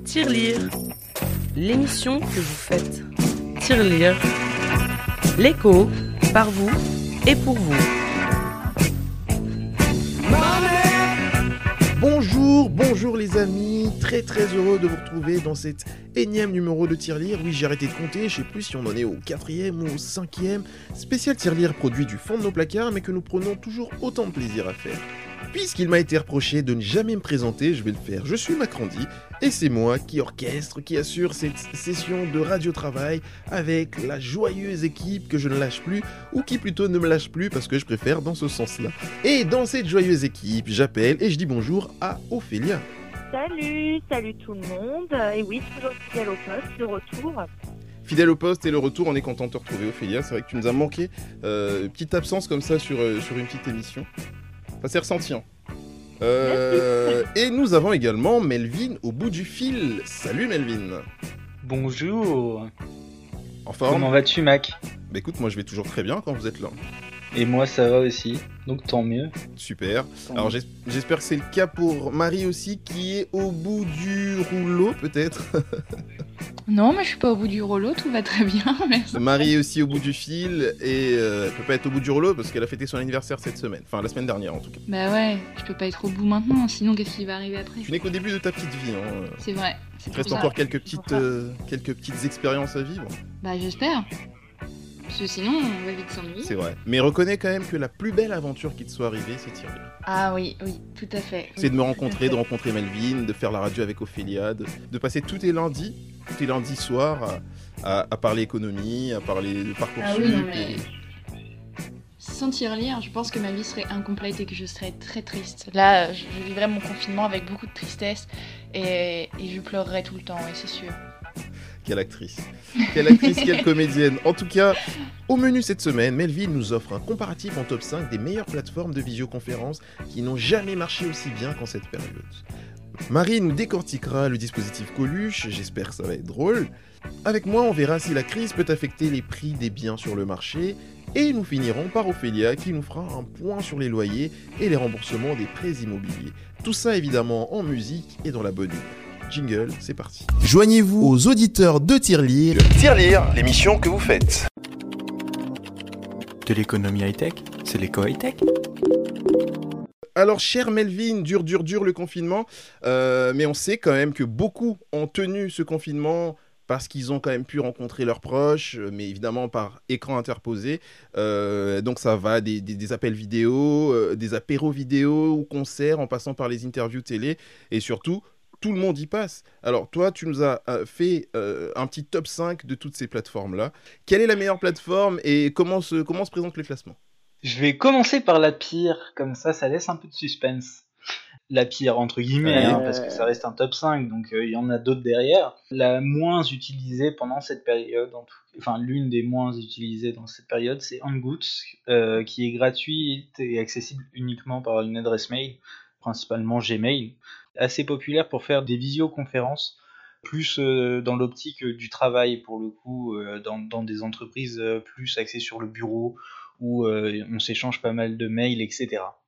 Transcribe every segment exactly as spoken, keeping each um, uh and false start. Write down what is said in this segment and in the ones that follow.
Tirelire, l'émission que vous faites. Tirelire, l'écho, par vous et pour vous. Bonjour, bonjour les amis, très très heureux de vous retrouver dans cet énième numéro de Tirelire. Oui, j'ai arrêté de compter, je sais plus si on en est au quatrième ou au cinquième. Spécial Tirelire produit du fond de nos placards, mais que nous prenons toujours autant de plaisir à faire. Puisqu'il m'a été reproché de ne jamais me présenter, je vais le faire. Je suis Macrandi, et c'est moi qui orchestre, qui assure cette session de radio-travail avec la joyeuse équipe que je ne lâche plus, ou qui plutôt ne me lâche plus parce que je préfère dans ce sens-là. Et dans cette joyeuse équipe, j'appelle et je dis bonjour à Ophélia. Salut, salut tout le monde. Et oui, toujours fidèle au poste, de retour. Fidèle au poste et le retour, on est content de te retrouver Ophélia. C'est vrai que tu nous as manqué. Euh, petite absence comme ça sur, euh, sur une petite émission. Ça s'est ressenti. Hein. Euh, et nous avons également Melvin au bout du fil. Salut Melvin. Bonjour. En forme ? Comment vas-tu, Mac ? Bah écoute, moi je vais toujours très bien quand vous êtes là. Et moi ça va aussi, donc tant mieux. Super. Tant Alors mieux. j'espère que c'est le cas pour Marie aussi, qui est au bout du rouleau peut-être. Non, mais je suis pas au bout du rouleau, tout va très bien, merci. Marie est aussi au bout du fil et euh, elle peut pas être au bout du rouleau parce qu'elle a fêté son anniversaire cette semaine. Enfin la semaine dernière en tout cas. Bah ouais, je peux pas être au bout maintenant, sinon qu'est-ce qui va arriver après ? Tu n'es qu'au début de ta petite vie. Hein. C'est vrai. Il C'est te reste pour ça. encore quelques C'est pour petites, ça. euh, quelques petites expériences à vivre. Bah j'espère. Parce que sinon, on va vite s'ennuyer. C'est vrai. Mais reconnais quand même que la plus belle aventure qui te soit arrivée, c'est Tirelire. Ah oui, oui, tout à fait. C'est Oui, de me tout à rencontrer, fait. de rencontrer Melvin, de faire la radio avec Ophélia, de, de passer tous tes lundis, tous tes lundis soirs à, à, à parler économie, à parler de Parcoursup. Ah oui, non mais... et- Sans Tirelire, je pense que ma vie serait incomplète et que je serais très triste. Là, je je vivrais mon confinement avec beaucoup de tristesse et, et je pleurerais tout le temps, ouais, c'est sûr. Quelle actrice. Quelle actrice, quelle comédienne. En tout cas, au menu cette semaine, Melvin nous offre un comparatif en top cinq des meilleures plateformes de visioconférence qui n'ont jamais marché aussi bien qu'en cette période. Marie nous décortiquera le dispositif Coluche, j'espère que ça va être drôle. Avec moi, on verra si la crise peut affecter les prix des biens sur le marché. Et nous finirons par Ophélia qui nous fera un point sur les loyers et les remboursements des prêts immobiliers. Tout ça évidemment en musique et dans la bonne humeur. Jingle, c'est parti. Joignez-vous aux auditeurs de Tirelire. Tirelire, l'émission que vous faites. De l'économie high-tech, c'est l'éco high-tech. Alors, cher Melvin, dur, dur, dur le confinement, euh, mais on sait quand même que beaucoup ont tenu ce confinement parce qu'ils ont quand même pu rencontrer leurs proches, mais évidemment par écran interposé. Euh, donc ça va des, des, des appels vidéo, euh, des apéros vidéo ou concerts, en passant par les interviews télé, et surtout, tout le monde y passe. Alors toi, tu nous as euh, fait euh, un petit top cinq de toutes ces plateformes-là. Quelle est la meilleure plateforme et comment se, comment se présente le classement ? Je vais commencer par la pire, comme ça ça laisse un peu de suspense. La pire entre guillemets, Ouais. hein, parce que ça reste un top cinq, donc il euh, y en a d'autres derrière. La moins utilisée pendant cette période, en tout... enfin l'une des moins utilisées dans cette période, c'est Hangouts, euh, qui est gratuite et accessible uniquement par une adresse mail, principalement Gmail. Assez populaire pour faire des visioconférences, plus euh, dans l'optique euh, du travail pour le coup, euh, dans, dans des entreprises euh, plus axées sur le bureau, où euh, on s'échange pas mal de mails, et cetera.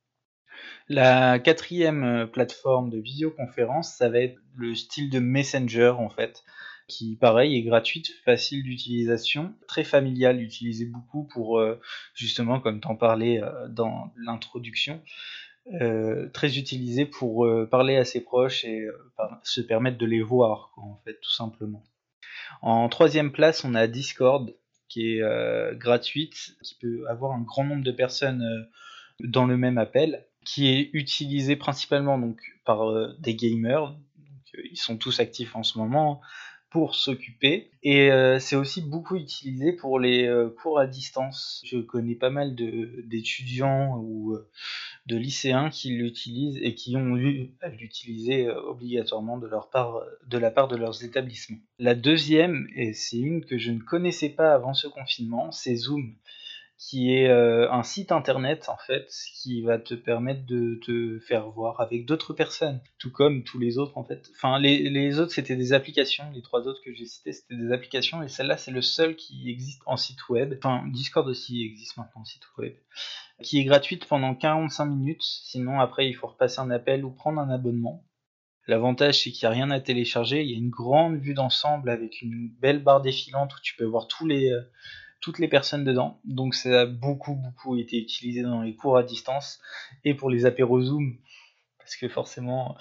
La quatrième euh, plateforme de visioconférence, ça va être le style de Messenger en fait, qui pareil est gratuite, facile d'utilisation, très familiale, utilisée beaucoup pour euh, justement, comme t'en parlais euh, dans l'introduction, euh, très utilisée pour euh, parler à ses proches et euh, par- se permettre de les voir, quoi, en fait, tout simplement. En troisième place, on a Discord, qui est euh, gratuite, qui peut avoir un grand nombre de personnes euh, dans le même appel, qui est utilisé principalement donc par euh, des gamers. Donc, euh, ils sont tous actifs en ce moment pour s'occuper, et euh, c'est aussi beaucoup utilisé pour les euh, cours à distance. Je connais pas mal de, d'étudiants ou euh, de lycéens qui l'utilisent et qui ont eu à l'utiliser euh, obligatoirement de leur part, de la part de leurs établissements. La deuxième, et c'est une que je ne connaissais pas avant ce confinement, c'est Zoom, qui est euh, un site internet en fait qui va te permettre de te faire voir avec d'autres personnes, tout comme tous les autres en fait. Enfin, les, les autres c'était des applications, les trois autres que j'ai cités c'était des applications, et celle-là c'est le seul qui existe en site web. Enfin, Discord aussi existe maintenant en site web, qui est gratuite pendant quarante-cinq minutes, sinon après il faut repasser un appel ou prendre un abonnement. L'avantage, c'est qu'il n'y a rien à télécharger. Il y a une grande vue d'ensemble avec une belle barre défilante où tu peux voir tous les, euh, toutes les personnes dedans. Donc ça a beaucoup, beaucoup été utilisé dans les cours à distance et pour les apéros Zoom. Parce que forcément,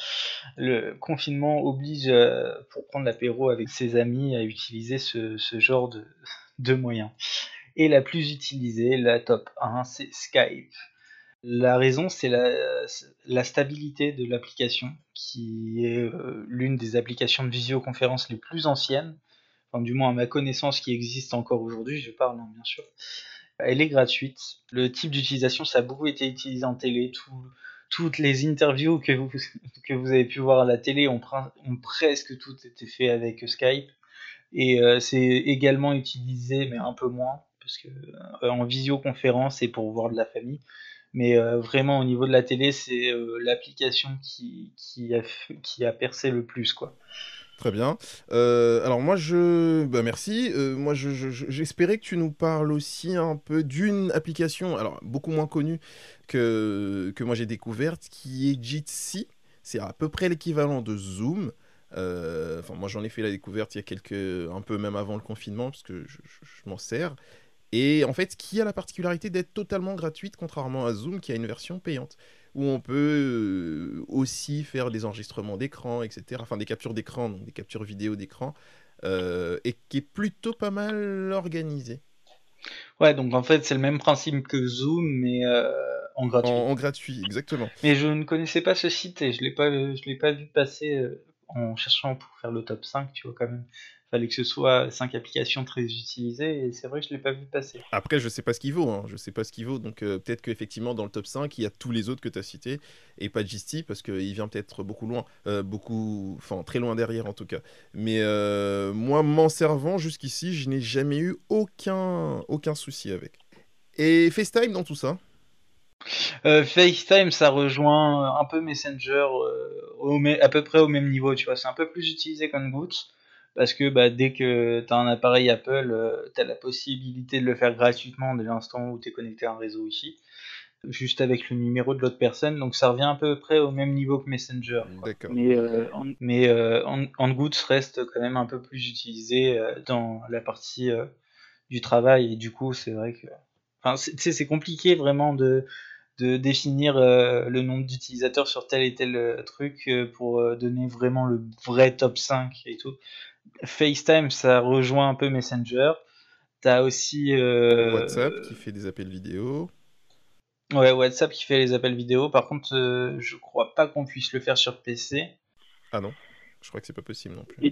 le confinement oblige, euh, pour prendre l'apéro avec ses amis, à utiliser ce, ce genre de, de moyens. Et la plus utilisée, la top un, c'est Skype. La raison, c'est la, la stabilité de l'application, qui est euh, l'une des applications de visioconférence les plus anciennes, enfin du moins à ma connaissance qui existe encore aujourd'hui, je parle hein, bien sûr. Elle est gratuite. Le type d'utilisation, ça a beaucoup été utilisé en télé. Tout, toutes les interviews que vous, que vous avez pu voir à la télé ont, ont presque toutes été faites avec Skype. Et euh, c'est également utilisé, mais un peu moins, parce que euh, en visioconférence, c'est pour voir de la famille. Mais euh, vraiment, au niveau de la télé, c'est euh, l'application qui, qui, a, qui a percé le plus, quoi. Très bien. Euh, alors moi, je... Bah, merci. Euh, moi, je, je, je, j'espérais que tu nous parles aussi un peu d'une application, alors beaucoup moins connue que, que moi j'ai découverte, qui est Jitsi. C'est à peu près l'équivalent de Zoom. Euh, enfin, moi, j'en ai fait la découverte il y a quelques... un peu même avant le confinement, parce que je, je, je m'en sers. Et en fait, qui a la particularité d'être totalement gratuite, contrairement à Zoom, qui a une version payante, où on peut euh, aussi faire des enregistrements d'écran, et cetera. Enfin, des captures d'écran, donc des captures vidéo d'écran, euh, et qui est plutôt pas mal organisé. Ouais, donc en fait, c'est le même principe que Zoom, mais euh, en gratuit. En, en gratuit, exactement. Mais je ne connaissais pas ce site et je l'ai pas, je l'ai pas vu passer euh, en cherchant pour faire le top cinq, tu vois, quand même. Fallait que ce soit cinq applications très utilisées et c'est vrai que je l'ai pas vu passer. Après, je sais pas ce qu'il vaut, hein. Je sais pas ce qu'il vaut, donc euh, peut-être qu'effectivement dans le top cinq, il y a tous les autres que tu as cités et pas Jitsi parce qu'il vient peut-être beaucoup loin, euh, beaucoup, enfin très loin derrière en tout cas. Mais euh, moi, m'en servant jusqu'ici, je n'ai jamais eu aucun, aucun souci avec. Et FaceTime dans tout ça? Euh, FaceTime, ça rejoint un peu Messenger euh, au mé- à peu près au même niveau, tu vois. C'est un peu plus utilisé qu'Hangouts. Parce que bah, dès que tu as un appareil Apple, euh, tu as la possibilité de le faire gratuitement dès l'instant où tu es connecté à un réseau Wi-Fi, juste avec le numéro de l'autre personne. Donc ça revient à peu près au même niveau que Messenger, quoi. D'accord. Mais, euh, en, mais euh, Hangouts reste quand même un peu plus utilisé euh, dans la partie euh, du travail. Et du coup, c'est vrai que... Enfin, c'est, tu sais, c'est compliqué vraiment de, de définir euh, le nombre d'utilisateurs sur tel et tel euh, truc euh, pour euh, donner vraiment le vrai top cinq et tout. FaceTime, ça rejoint un peu Messenger. T'as aussi euh... WhatsApp qui fait des appels vidéo. Ouais, WhatsApp qui fait les appels vidéo. Par contre, euh, je crois pas qu'on puisse le faire sur P C. Ah non, je crois que c'est pas possible non plus. Et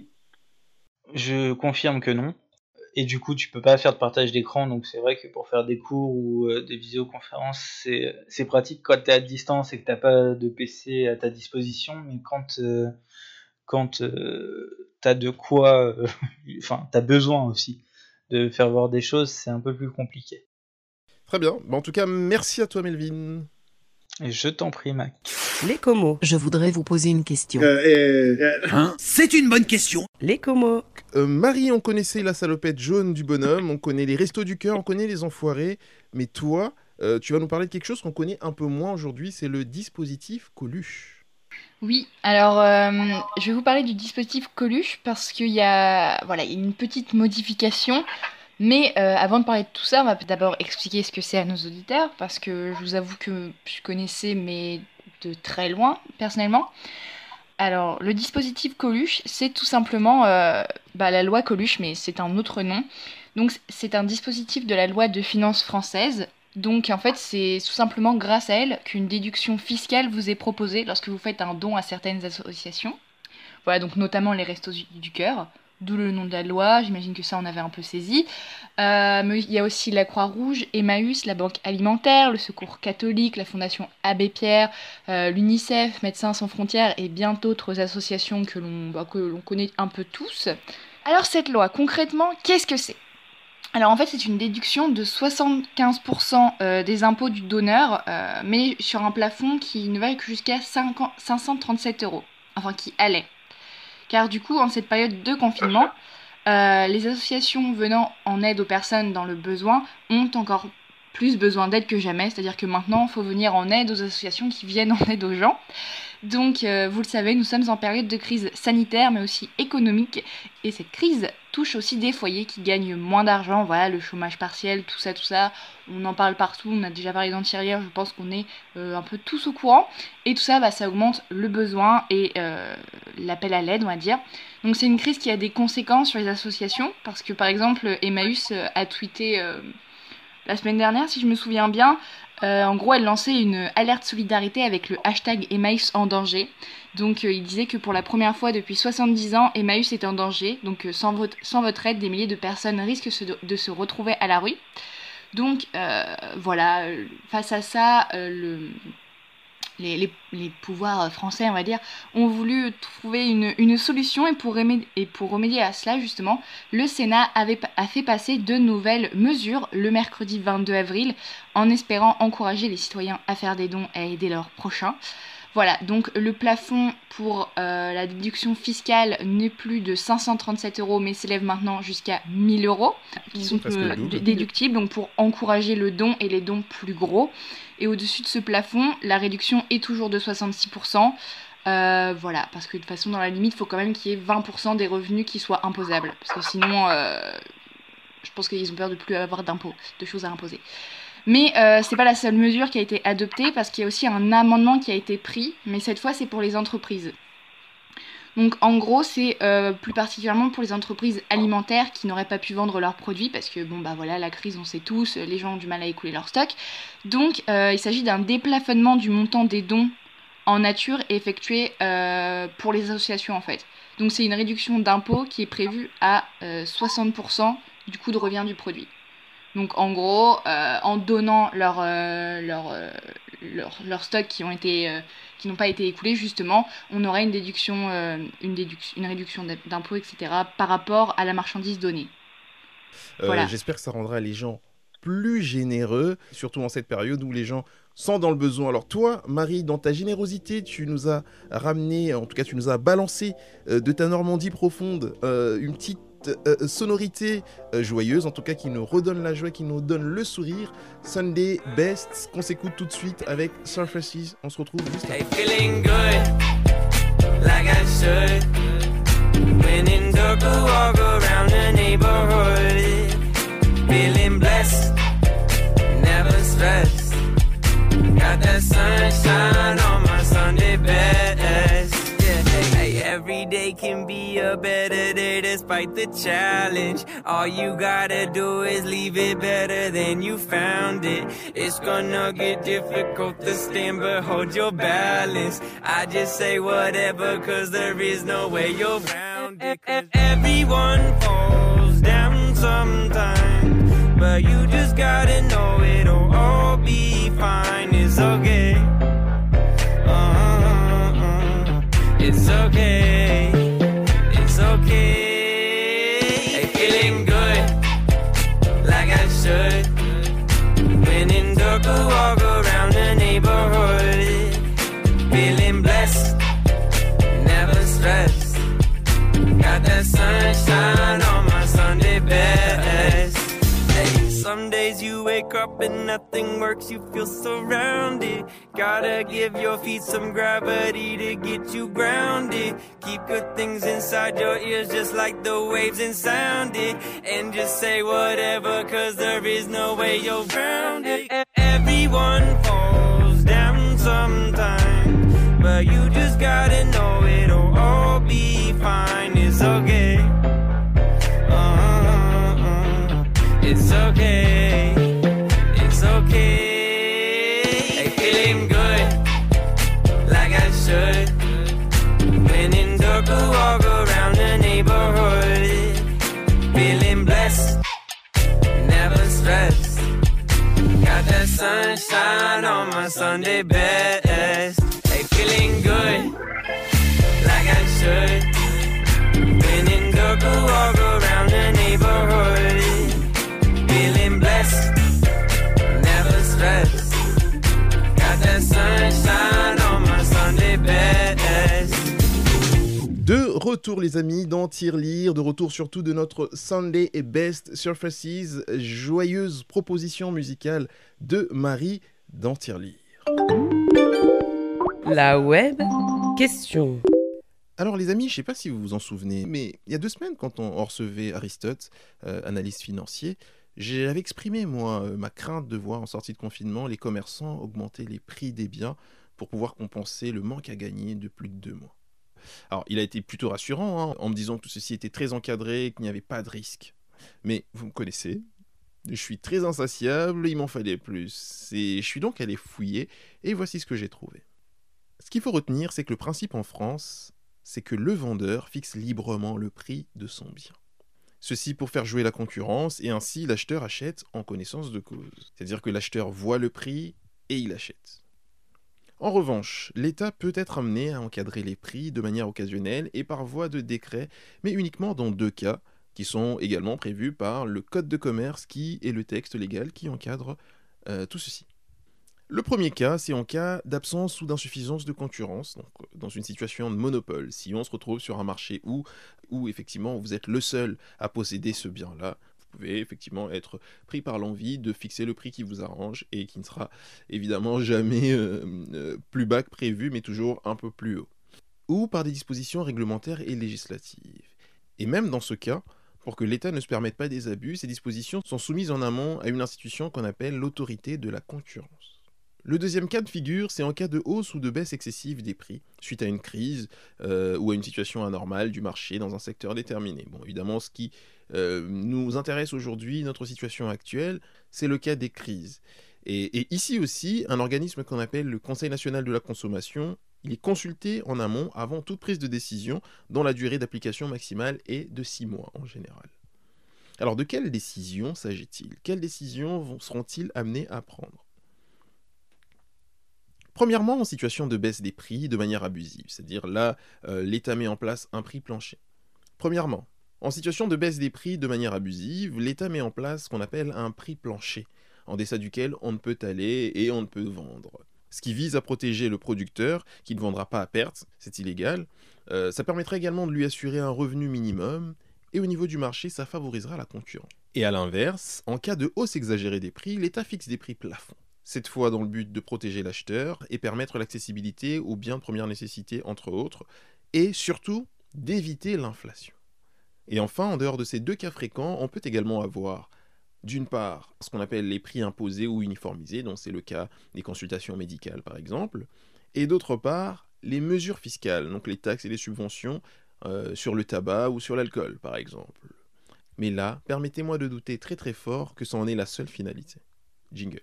je confirme que non. Et du coup, tu peux pas faire de partage d'écran. Donc c'est vrai que pour faire des cours ou euh, des visioconférences, c'est c'est pratique quand t'es à distance et que t'as pas de P C à ta disposition. Mais quand euh, quand euh, t'as de quoi, euh, enfin t'as besoin aussi de faire voir des choses, c'est un peu plus compliqué. Très bien. Bah, en tout cas, merci à toi, Melvin. Et je t'en prie, Mac. Les comos. Je voudrais vous poser une question. Euh, euh, hein C'est une bonne question. Les comos. Euh, Marie, on connaissait la salopette jaune du bonhomme, on connaît les restos du cœur, on connaît les enfoirés, mais toi, euh, tu vas nous parler de quelque chose qu'on connaît un peu moins aujourd'hui, c'est le dispositif Coluche. Oui, alors euh, je vais vous parler du dispositif Coluche parce qu'il y a voilà, une petite modification. Mais euh, avant de parler de tout ça, on va d'abord expliquer ce que c'est à nos auditeurs parce que je vous avoue que je connaissais mais de très loin personnellement. Alors le dispositif Coluche, c'est tout simplement euh, bah, la loi Coluche, mais c'est un autre nom. Donc c'est un dispositif de la loi de finances française. Donc en fait, c'est tout simplement grâce à elle qu'une déduction fiscale vous est proposée lorsque vous faites un don à certaines associations. Voilà, donc notamment les Restos du Cœur, d'où le nom de la loi, j'imagine que ça on avait un peu saisi. Euh, mais il y a aussi la Croix-Rouge, Emmaüs, la Banque Alimentaire, le Secours Catholique, la Fondation Abbé Pierre, euh, l'UNICEF, Médecins Sans Frontières et bien d'autres associations que l'on, bah, que l'on connaît un peu tous. Alors cette loi, concrètement, qu'est-ce que c'est ? Alors en fait c'est une déduction de soixante-quinze pour cent euh, des impôts du donneur, euh, mais sur un plafond qui ne va que jusqu'à cinq cent trente-sept euros, enfin qui allait. Car du coup en cette période de confinement, euh, les associations venant en aide aux personnes dans le besoin ont encore plus besoin d'aide que jamais, c'est-à-dire que maintenant il faut venir en aide aux associations qui viennent en aide aux gens. Donc, euh, vous le savez, nous sommes en période de crise sanitaire, mais aussi économique. Et cette crise touche aussi des foyers qui gagnent moins d'argent. Voilà, le chômage partiel, tout ça, tout ça. On en parle partout. On a déjà parlé d'Anti-Hier. Je pense qu'on est euh, un peu tous au courant. Et tout ça, bah, ça augmente le besoin et euh, l'appel à l'aide, on va dire. Donc, c'est une crise qui a des conséquences sur les associations. Parce que, par exemple, Emmaüs a tweeté euh, la semaine dernière, si je me souviens bien. Euh, en gros, elle lançait une alerte solidarité avec le hashtag Emmaüs en danger. Donc, euh, il disait que pour la première fois depuis soixante-dix ans, Emmaüs est en danger. Donc, euh, sans, votre, sans votre aide, des milliers de personnes risquent se, de se retrouver à la rue. Donc, euh, voilà, euh, face à ça, euh, le... Les, les, les pouvoirs français, on va dire, ont voulu trouver une, une solution et pour, remédier, et pour remédier à cela, justement, le Sénat avait, a fait passer de nouvelles mesures le mercredi vingt-deux avril en espérant encourager les citoyens à faire des dons et à aider leurs prochains. Voilà, donc le plafond pour euh, la déduction fiscale n'est plus de cinq cent trente-sept euros, mais s'élève maintenant jusqu'à mille euros, qui sont euh, déductibles, donc pour encourager le don et les dons plus gros. Et au-dessus de ce plafond, la réduction est toujours de soixante-six pour cent. Euh, voilà, parce que de toute façon, dans la limite, il faut quand même qu'il y ait vingt pour cent des revenus qui soient imposables. Parce que sinon, euh, je pense qu'ils ont peur de ne plus avoir d'impôts, de choses à imposer. Mais euh, c'est pas la seule mesure qui a été adoptée, parce qu'il y a aussi un amendement qui a été pris, mais cette fois, c'est pour les entreprises. Donc en gros, c'est euh, plus particulièrement pour les entreprises alimentaires qui n'auraient pas pu vendre leurs produits parce que bon bah voilà, la crise on sait tous, les gens ont du mal à écouler leur stock. Donc euh, il s'agit d'un déplafonnement du montant des dons en nature effectués euh, pour les associations en fait. Donc c'est une réduction d'impôt qui est prévue à euh, soixante pour cent du coût de revient du produit. Donc en gros, euh, en donnant leur, euh, leur, euh, leur, leur stock qui ont été, euh, qui n'ont pas été écoulés, justement, on aurait une déduction, euh, une, déduction, une réduction d'impôts, et cetera par rapport à la marchandise donnée. Euh, voilà. J'espère que ça rendra les gens plus généreux, surtout en cette période où les gens sont dans le besoin. Alors toi, Marie, dans ta générosité, tu nous as ramené, en tout cas tu nous as balancé euh, de ta Normandie profonde euh, une petite Euh, sonorité euh, joyeuse, en tout cas qui nous redonne la joie, qui nous donne le sourire. Sunday Best, qu'on s'écoute tout de suite avec Surfaces. On se retrouve juste après. Feeling good, like I should. When in darker, walk around the neighborhood. Feeling blessed, never stressed. Got that sunshine on my Sunday best. Every day can be a better day despite the challenge. All you gotta do is leave it better than you found it. It's gonna get difficult to stand, but hold your balance. I just say whatever, cause there is no way you're around it. Everyone falls down sometime, but you just gotta know it'll all be fine. It's okay. It's okay, it's okay. Hey, feeling good, like I should. When in darker, walk around the neighborhood. Feeling blessed, never stressed. Got that sunshine on my Sunday best. Hey, some days you wake up and nothing works, you feel surrounded. Gotta give your feet some gravity to get you grounded. Keep good things inside your ears just like the waves and sound it. And just say whatever, cause there is no way you're around it. Everyone falls down sometime, but you just gotta know it'll all be fine. It's okay. Uh-uh-uh. It's okay. It's okay. Hey, feeling good, like I should. When in darker, walk around the neighborhood. Feeling blessed, never stressed. Got that sunshine on my Sunday best. Hey, feeling good, like I should. When in darker, walk around the neighborhood. Feeling blessed, never stressed. Got that sunshine on my Sunday best. De retour les amis dans Tirelire, de retour surtout de notre Sunday Best Surfaces, joyeuse proposition musicale de Marie dans Tirelire. La web question. Alors les amis, je ne sais pas si vous vous en souvenez, mais il y a deux semaines, quand on, on recevait Aristote, euh, analyste financier, j'avais exprimé, moi, euh, ma crainte de voir en sortie de confinement les commerçants augmenter les prix des biens pour pouvoir compenser le manque à gagner de plus de deux mois. Alors, il a été plutôt rassurant, hein, en me disant que tout ceci était très encadré et qu'il n'y avait pas de risque. Mais vous me connaissez, je suis très insatiable, il m'en fallait plus. Et je suis donc allé fouiller, et voici ce que j'ai trouvé. Ce qu'il faut retenir, c'est que le principe en France, c'est que le vendeur fixe librement le prix de son bien. Ceci pour faire jouer la concurrence, et ainsi l'acheteur achète en connaissance de cause. C'est-à-dire que l'acheteur voit le prix et il achète. En revanche, l'État peut être amené à encadrer les prix de manière occasionnelle et par voie de décret, mais uniquement dans deux cas, qui sont également prévus par le Code de commerce qui est le texte légal qui encadre euh, tout ceci. Le premier cas, c'est en cas d'absence ou d'insuffisance de concurrence, donc dans une situation de monopole. Si on se retrouve sur un marché où, où effectivement vous êtes le seul à posséder ce bien-là, vous pouvez effectivement être pris par l'envie de fixer le prix qui vous arrange et qui ne sera évidemment jamais euh, euh, plus bas que prévu, mais toujours un peu plus haut. Ou par des dispositions réglementaires et législatives. Et même dans ce cas, pour que l'État ne se permette pas des abus, ces dispositions sont soumises en amont à une institution qu'on appelle l'autorité de la concurrence. Le deuxième cas de figure, c'est en cas de hausse ou de baisse excessive des prix, suite à une crise euh, ou à une situation anormale du marché dans un secteur déterminé. Bon, évidemment, ce qui euh, nous intéresse aujourd'hui, notre situation actuelle, c'est le cas des crises. Et, et ici aussi, un organisme qu'on appelle le Conseil national de la consommation, il est consulté en amont avant toute prise de décision, dont la durée d'application maximale est de six mois en général. Alors, de quelles décisions s'agit-il? Quelles décisions vont, seront-ils amenés à prendre? Premièrement, en situation de baisse des prix de manière abusive, c'est-à-dire là, euh, l'État met en place un prix plancher. Premièrement, en situation de baisse des prix de manière abusive, l'État met en place ce qu'on appelle un prix plancher, en deçà duquel on ne peut aller et on ne peut vendre. Ce qui vise à protéger le producteur, qui ne vendra pas à perte, c'est illégal. Euh, ça permettrait également de lui assurer un revenu minimum, et au niveau du marché, ça favorisera la concurrence. Et à l'inverse, en cas de hausse exagérée des prix, l'État fixe des prix plafonds. Cette fois dans le but de protéger l'acheteur et permettre l'accessibilité aux biens de première nécessité, entre autres, et surtout d'éviter l'inflation. Et enfin, en dehors de ces deux cas fréquents, on peut également avoir, d'une part, ce qu'on appelle les prix imposés ou uniformisés, donc c'est le cas des consultations médicales par exemple, et d'autre part, les mesures fiscales, donc les taxes et les subventions euh, sur le tabac ou sur l'alcool par exemple. Mais là, permettez-moi de douter très très fort que ça en est la seule finalité. Jingle.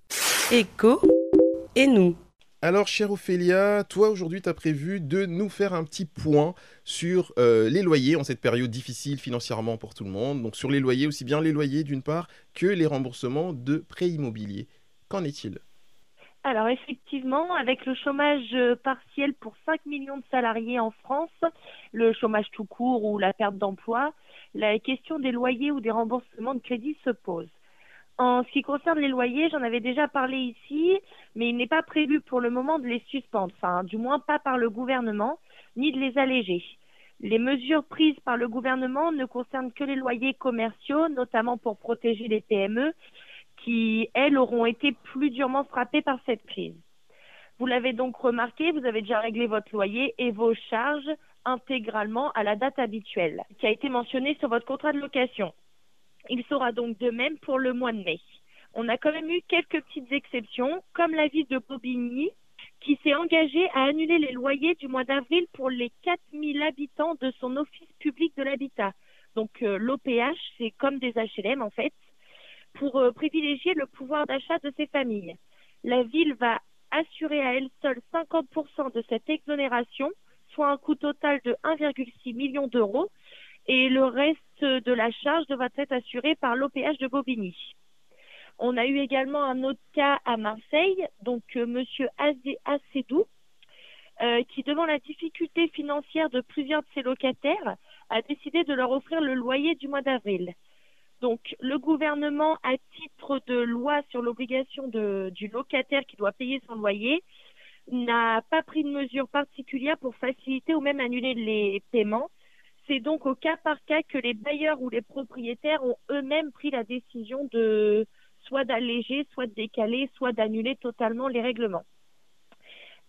Écho et nous. Alors, chère Ophélia, toi aujourd'hui tu as prévu de nous faire un petit point sur euh, les loyers en cette période difficile financièrement pour tout le monde. Donc sur les loyers, aussi bien les loyers d'une part que les remboursements de prêts immobiliers. Qu'en est-il ? Alors effectivement, avec le chômage partiel pour cinq millions de salariés en France, le chômage tout court ou la perte d'emploi, la question des loyers ou des remboursements de crédit se pose. En ce qui concerne les loyers, j'en avais déjà parlé ici, mais il n'est pas prévu pour le moment de les suspendre, enfin du moins pas par le gouvernement, ni de les alléger. Les mesures prises par le gouvernement ne concernent que les loyers commerciaux, notamment pour protéger les P M E, qui, elles, auront été plus durement frappées par cette crise. Vous l'avez donc remarqué, vous avez déjà réglé votre loyer et vos charges intégralement à la date habituelle, qui a été mentionnée sur votre contrat de location. Il sera donc de même pour le mois de mai. On a quand même eu quelques petites exceptions, comme la ville de Bobigny, qui s'est engagée à annuler les loyers du mois d'avril pour les quatre mille habitants de son office public de l'habitat. Donc euh, l'O P H, c'est comme des H L M en fait, pour euh, privilégier le pouvoir d'achat de ces familles. La ville va assurer à elle seule cinquante pour cent de cette exonération, soit un coût total de un virgule six million d'euros, et le reste de la charge devra être assuré par l'O P H de Bobigny. On a eu également un autre cas à Marseille, donc euh, monsieur Acedou, euh, qui devant la difficulté financière de plusieurs de ses locataires, a décidé de leur offrir le loyer du mois d'avril. Donc le gouvernement, à titre de loi sur l'obligation de, du locataire qui doit payer son loyer, n'a pas pris de mesures particulières pour faciliter ou même annuler les paiements. C'est donc au cas par cas que les bailleurs ou les propriétaires ont eux-mêmes pris la décision de soit d'alléger, soit de décaler, soit d'annuler totalement les règlements.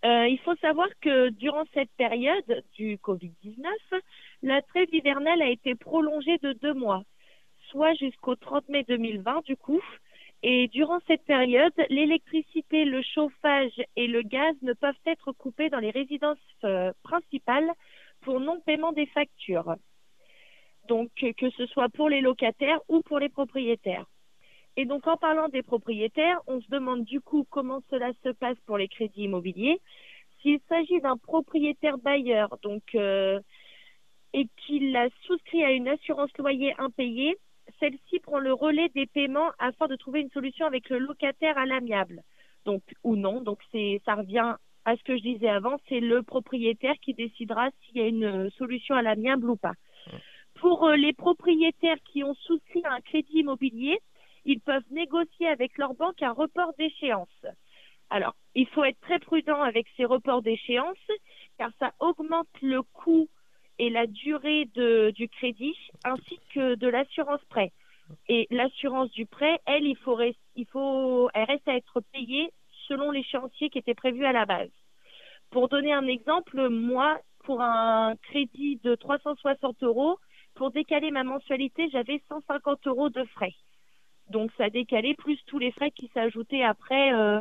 Euh, il faut savoir que durant cette période du covid dix-neuf, la trêve hivernale a été prolongée de deux mois, soit jusqu'au trente mai deux mille vingt du coup. Et durant cette période, l'électricité, le chauffage et le gaz ne peuvent être coupés dans les résidences euh, principales pour non-paiement des factures. Donc, que ce soit pour les locataires ou pour les propriétaires. Et donc, en parlant des propriétaires, on se demande du coup comment cela se passe pour les crédits immobiliers. S'il s'agit d'un propriétaire bailleur donc, euh, et qu'il a souscrit à une assurance loyer impayée, celle-ci prend le relais des paiements afin de trouver une solution avec le locataire à l'amiable. Donc, ou non. Donc, c'est, ça revient à ce que je disais avant, c'est le propriétaire qui décidera s'il y a une solution à l'amiable ou pas. Pour euh, les propriétaires qui ont souscrit à un crédit immobilier, ils peuvent négocier avec leur banque un report d'échéance. Alors, il faut être très prudent avec ces reports d'échéance car ça augmente le coût et la durée de, du crédit ainsi que de l'assurance prêt. Et l'assurance du prêt, elle, il faut, rest, il faut, elle reste à être payée selon l'échéancier qui était prévu à la base. Pour donner un exemple, moi, pour un crédit de trois cent soixante euros, pour décaler ma mensualité, j'avais cent cinquante euros de frais. Donc, ça décalait plus tous les frais qui s'ajoutaient après euh,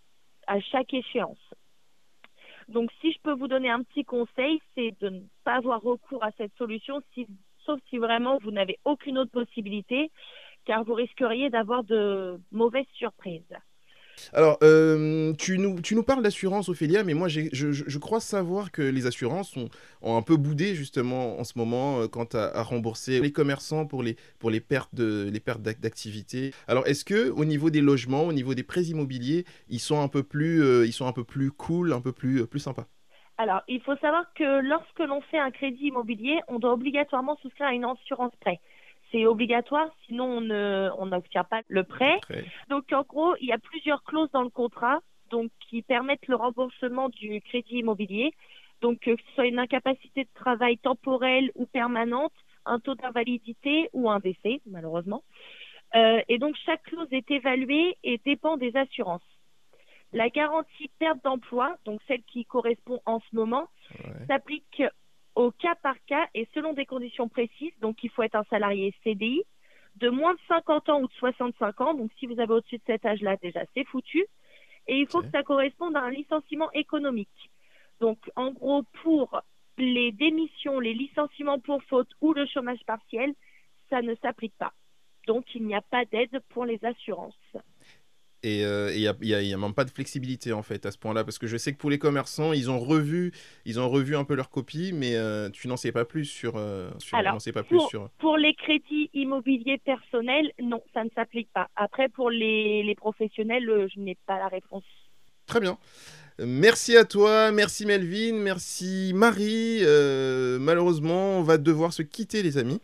à chaque échéance. Donc, si je peux vous donner un petit conseil, c'est de ne pas avoir recours à cette solution, si, sauf si vraiment vous n'avez aucune autre possibilité, car vous risqueriez d'avoir de mauvaises surprises. Alors, euh, tu, nous, tu nous parles d'assurance, Ophélia, mais moi, j'ai, je, je crois savoir que les assurances ont, ont un peu boudé, justement, en ce moment, euh, quant à, à rembourser les commerçants pour les, pour les pertes, de, les pertes d'activité. Alors, est-ce que au niveau des logements, au niveau des prêts immobiliers, ils sont un peu plus, euh, ils sont un peu plus cool, un peu plus, euh, plus sympas? Alors, il faut savoir que lorsque l'on fait un crédit immobilier, on doit obligatoirement souscrire à une assurance prêt. C'est obligatoire, sinon on ne, on n'obtient pas le prêt. Très. Donc en gros, il y a plusieurs clauses dans le contrat donc, qui permettent le remboursement du crédit immobilier. Donc que ce soit une incapacité de travail temporelle ou permanente, un taux d'invalidité ou un décès, malheureusement. Euh, et donc chaque clause est évaluée et dépend des assurances. La garantie perte d'emploi, donc celle qui correspond en ce moment, ouais. s'applique au cas par cas et selon des conditions précises. Donc, il faut être un salarié C D I de moins de cinquante ans ou de soixante-cinq ans. Donc, si vous avez au-dessus de cet âge-là, déjà, c'est foutu. Et il faut okay. que ça corresponde à un licenciement économique. Donc, en gros, pour les démissions, les licenciements pour faute ou le chômage partiel, ça ne s'applique pas. Donc, il n'y a pas d'aide pour les assurances. Et il euh, n'y a, y a, y a même pas de flexibilité en fait à ce point-là, parce que je sais que pour les commerçants, ils ont revu, ils ont revu un peu leur copie, mais euh, tu n'en sais pas plus sur. Euh, sur Alors, n'en sais pas pour, plus sur... pour les crédits immobiliers personnels, non, ça ne s'applique pas. Après, pour les, les professionnels, euh, je n'ai pas la réponse. Très bien. Merci à toi, merci Melvin, merci Marie. Euh, malheureusement, on va devoir se quitter, les amis.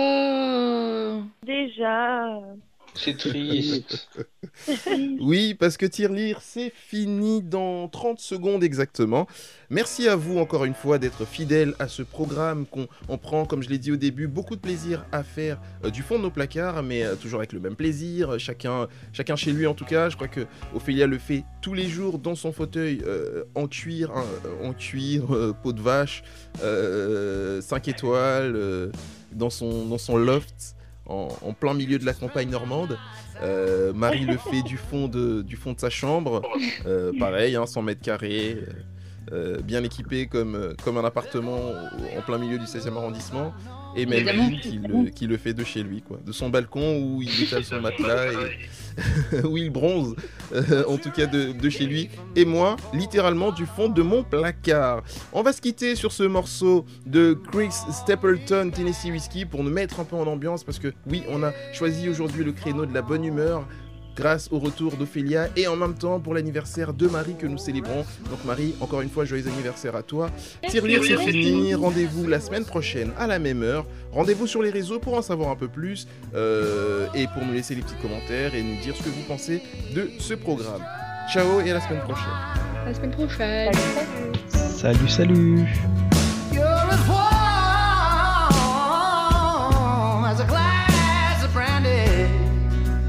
Oh. Déjà. C'est triste. Oui, parce que Tirelire, c'est fini dans trente secondes exactement. Merci à vous encore une fois d'être fidèles à ce programme qu'on on prend, comme je l'ai dit au début, beaucoup de plaisir à faire euh, du fond de nos placards, mais euh, toujours avec le même plaisir, chacun, chacun chez lui en tout cas. Je crois que Ophélia le fait tous les jours dans son fauteuil euh, en cuir, hein, en cuir, euh, peau de vache, euh, cinq étoiles, euh, dans, son, dans son loft. En, en plein milieu de la campagne normande. Euh, Marie le fait du fond de, du fond de sa chambre. Euh, pareil, hein, cent mètres carrés, euh, bien équipé comme, comme un appartement en plein milieu du seizième arrondissement. Et Melvin qui le, qui le fait de chez lui, quoi. De son balcon où il étale son matelas et où il bronze, euh, en tout cas de, de chez lui. Et moi, littéralement du fond de mon placard. On va se quitter sur ce morceau de Chris Stapleton, Tennessee Whiskey, pour nous mettre un peu en ambiance, parce que oui, on a choisi aujourd'hui le créneau de la bonne humeur, grâce au retour d'Ophélia et en même temps pour l'anniversaire de Marie que nous célébrons. Donc Marie, encore une fois, joyeux anniversaire à toi. Tirelire, c'est fini. Rendez-vous la semaine prochaine à la même heure. Rendez-vous sur les réseaux pour en savoir un peu plus euh, et pour nous laisser les petits commentaires et nous dire ce que vous pensez de ce programme. Ciao et à la semaine prochaine. À la semaine prochaine. Salut, salut.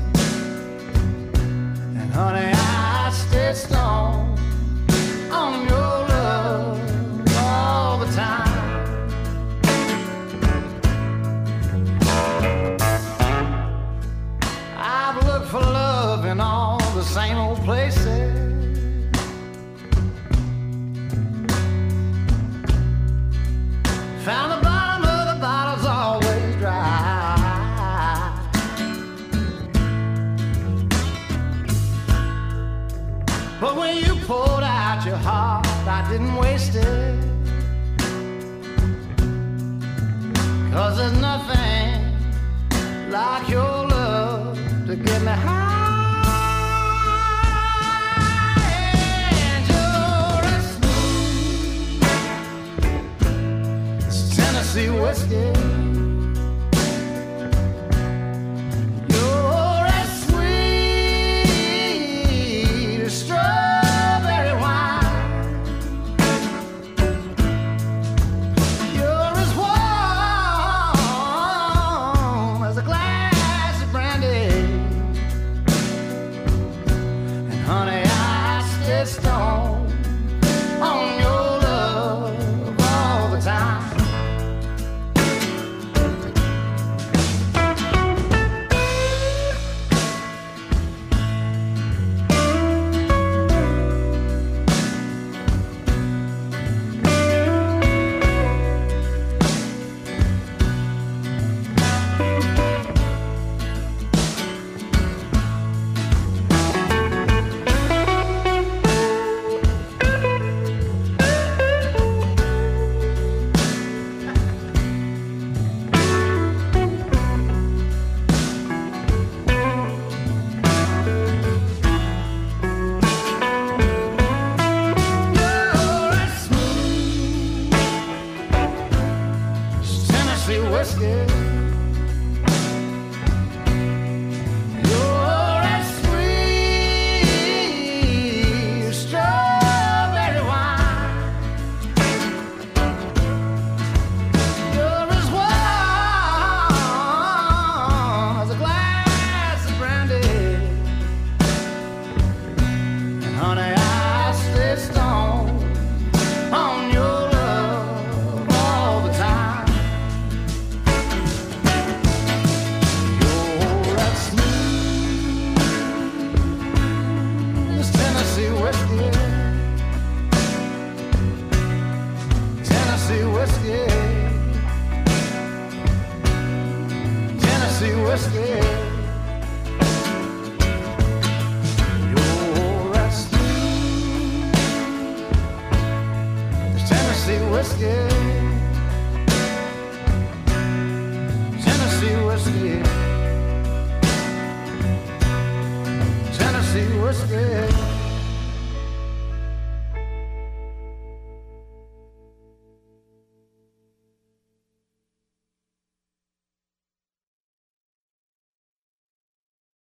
Honey, I stay strong on your didn't waste it. 'Cause there's nothing like your love to get me high. And you're as smooth as Tennessee whiskey. You're as sweet as strawberry wine. You're as warm as a glass of brandy. And honey, I stay stone on your love all the time. You're as smooth as Tennessee whiskey. You're as sweet as strawberry wine. You're as warm as a glass of brandy. And honey, I stay stone on your love all the time. You're as smooth as Tennessee whiskey. Tennessee whiskey. Tennessee whiskey. You're as smooth as Tennessee whiskey. Tennessee whiskey. Tennessee whiskey.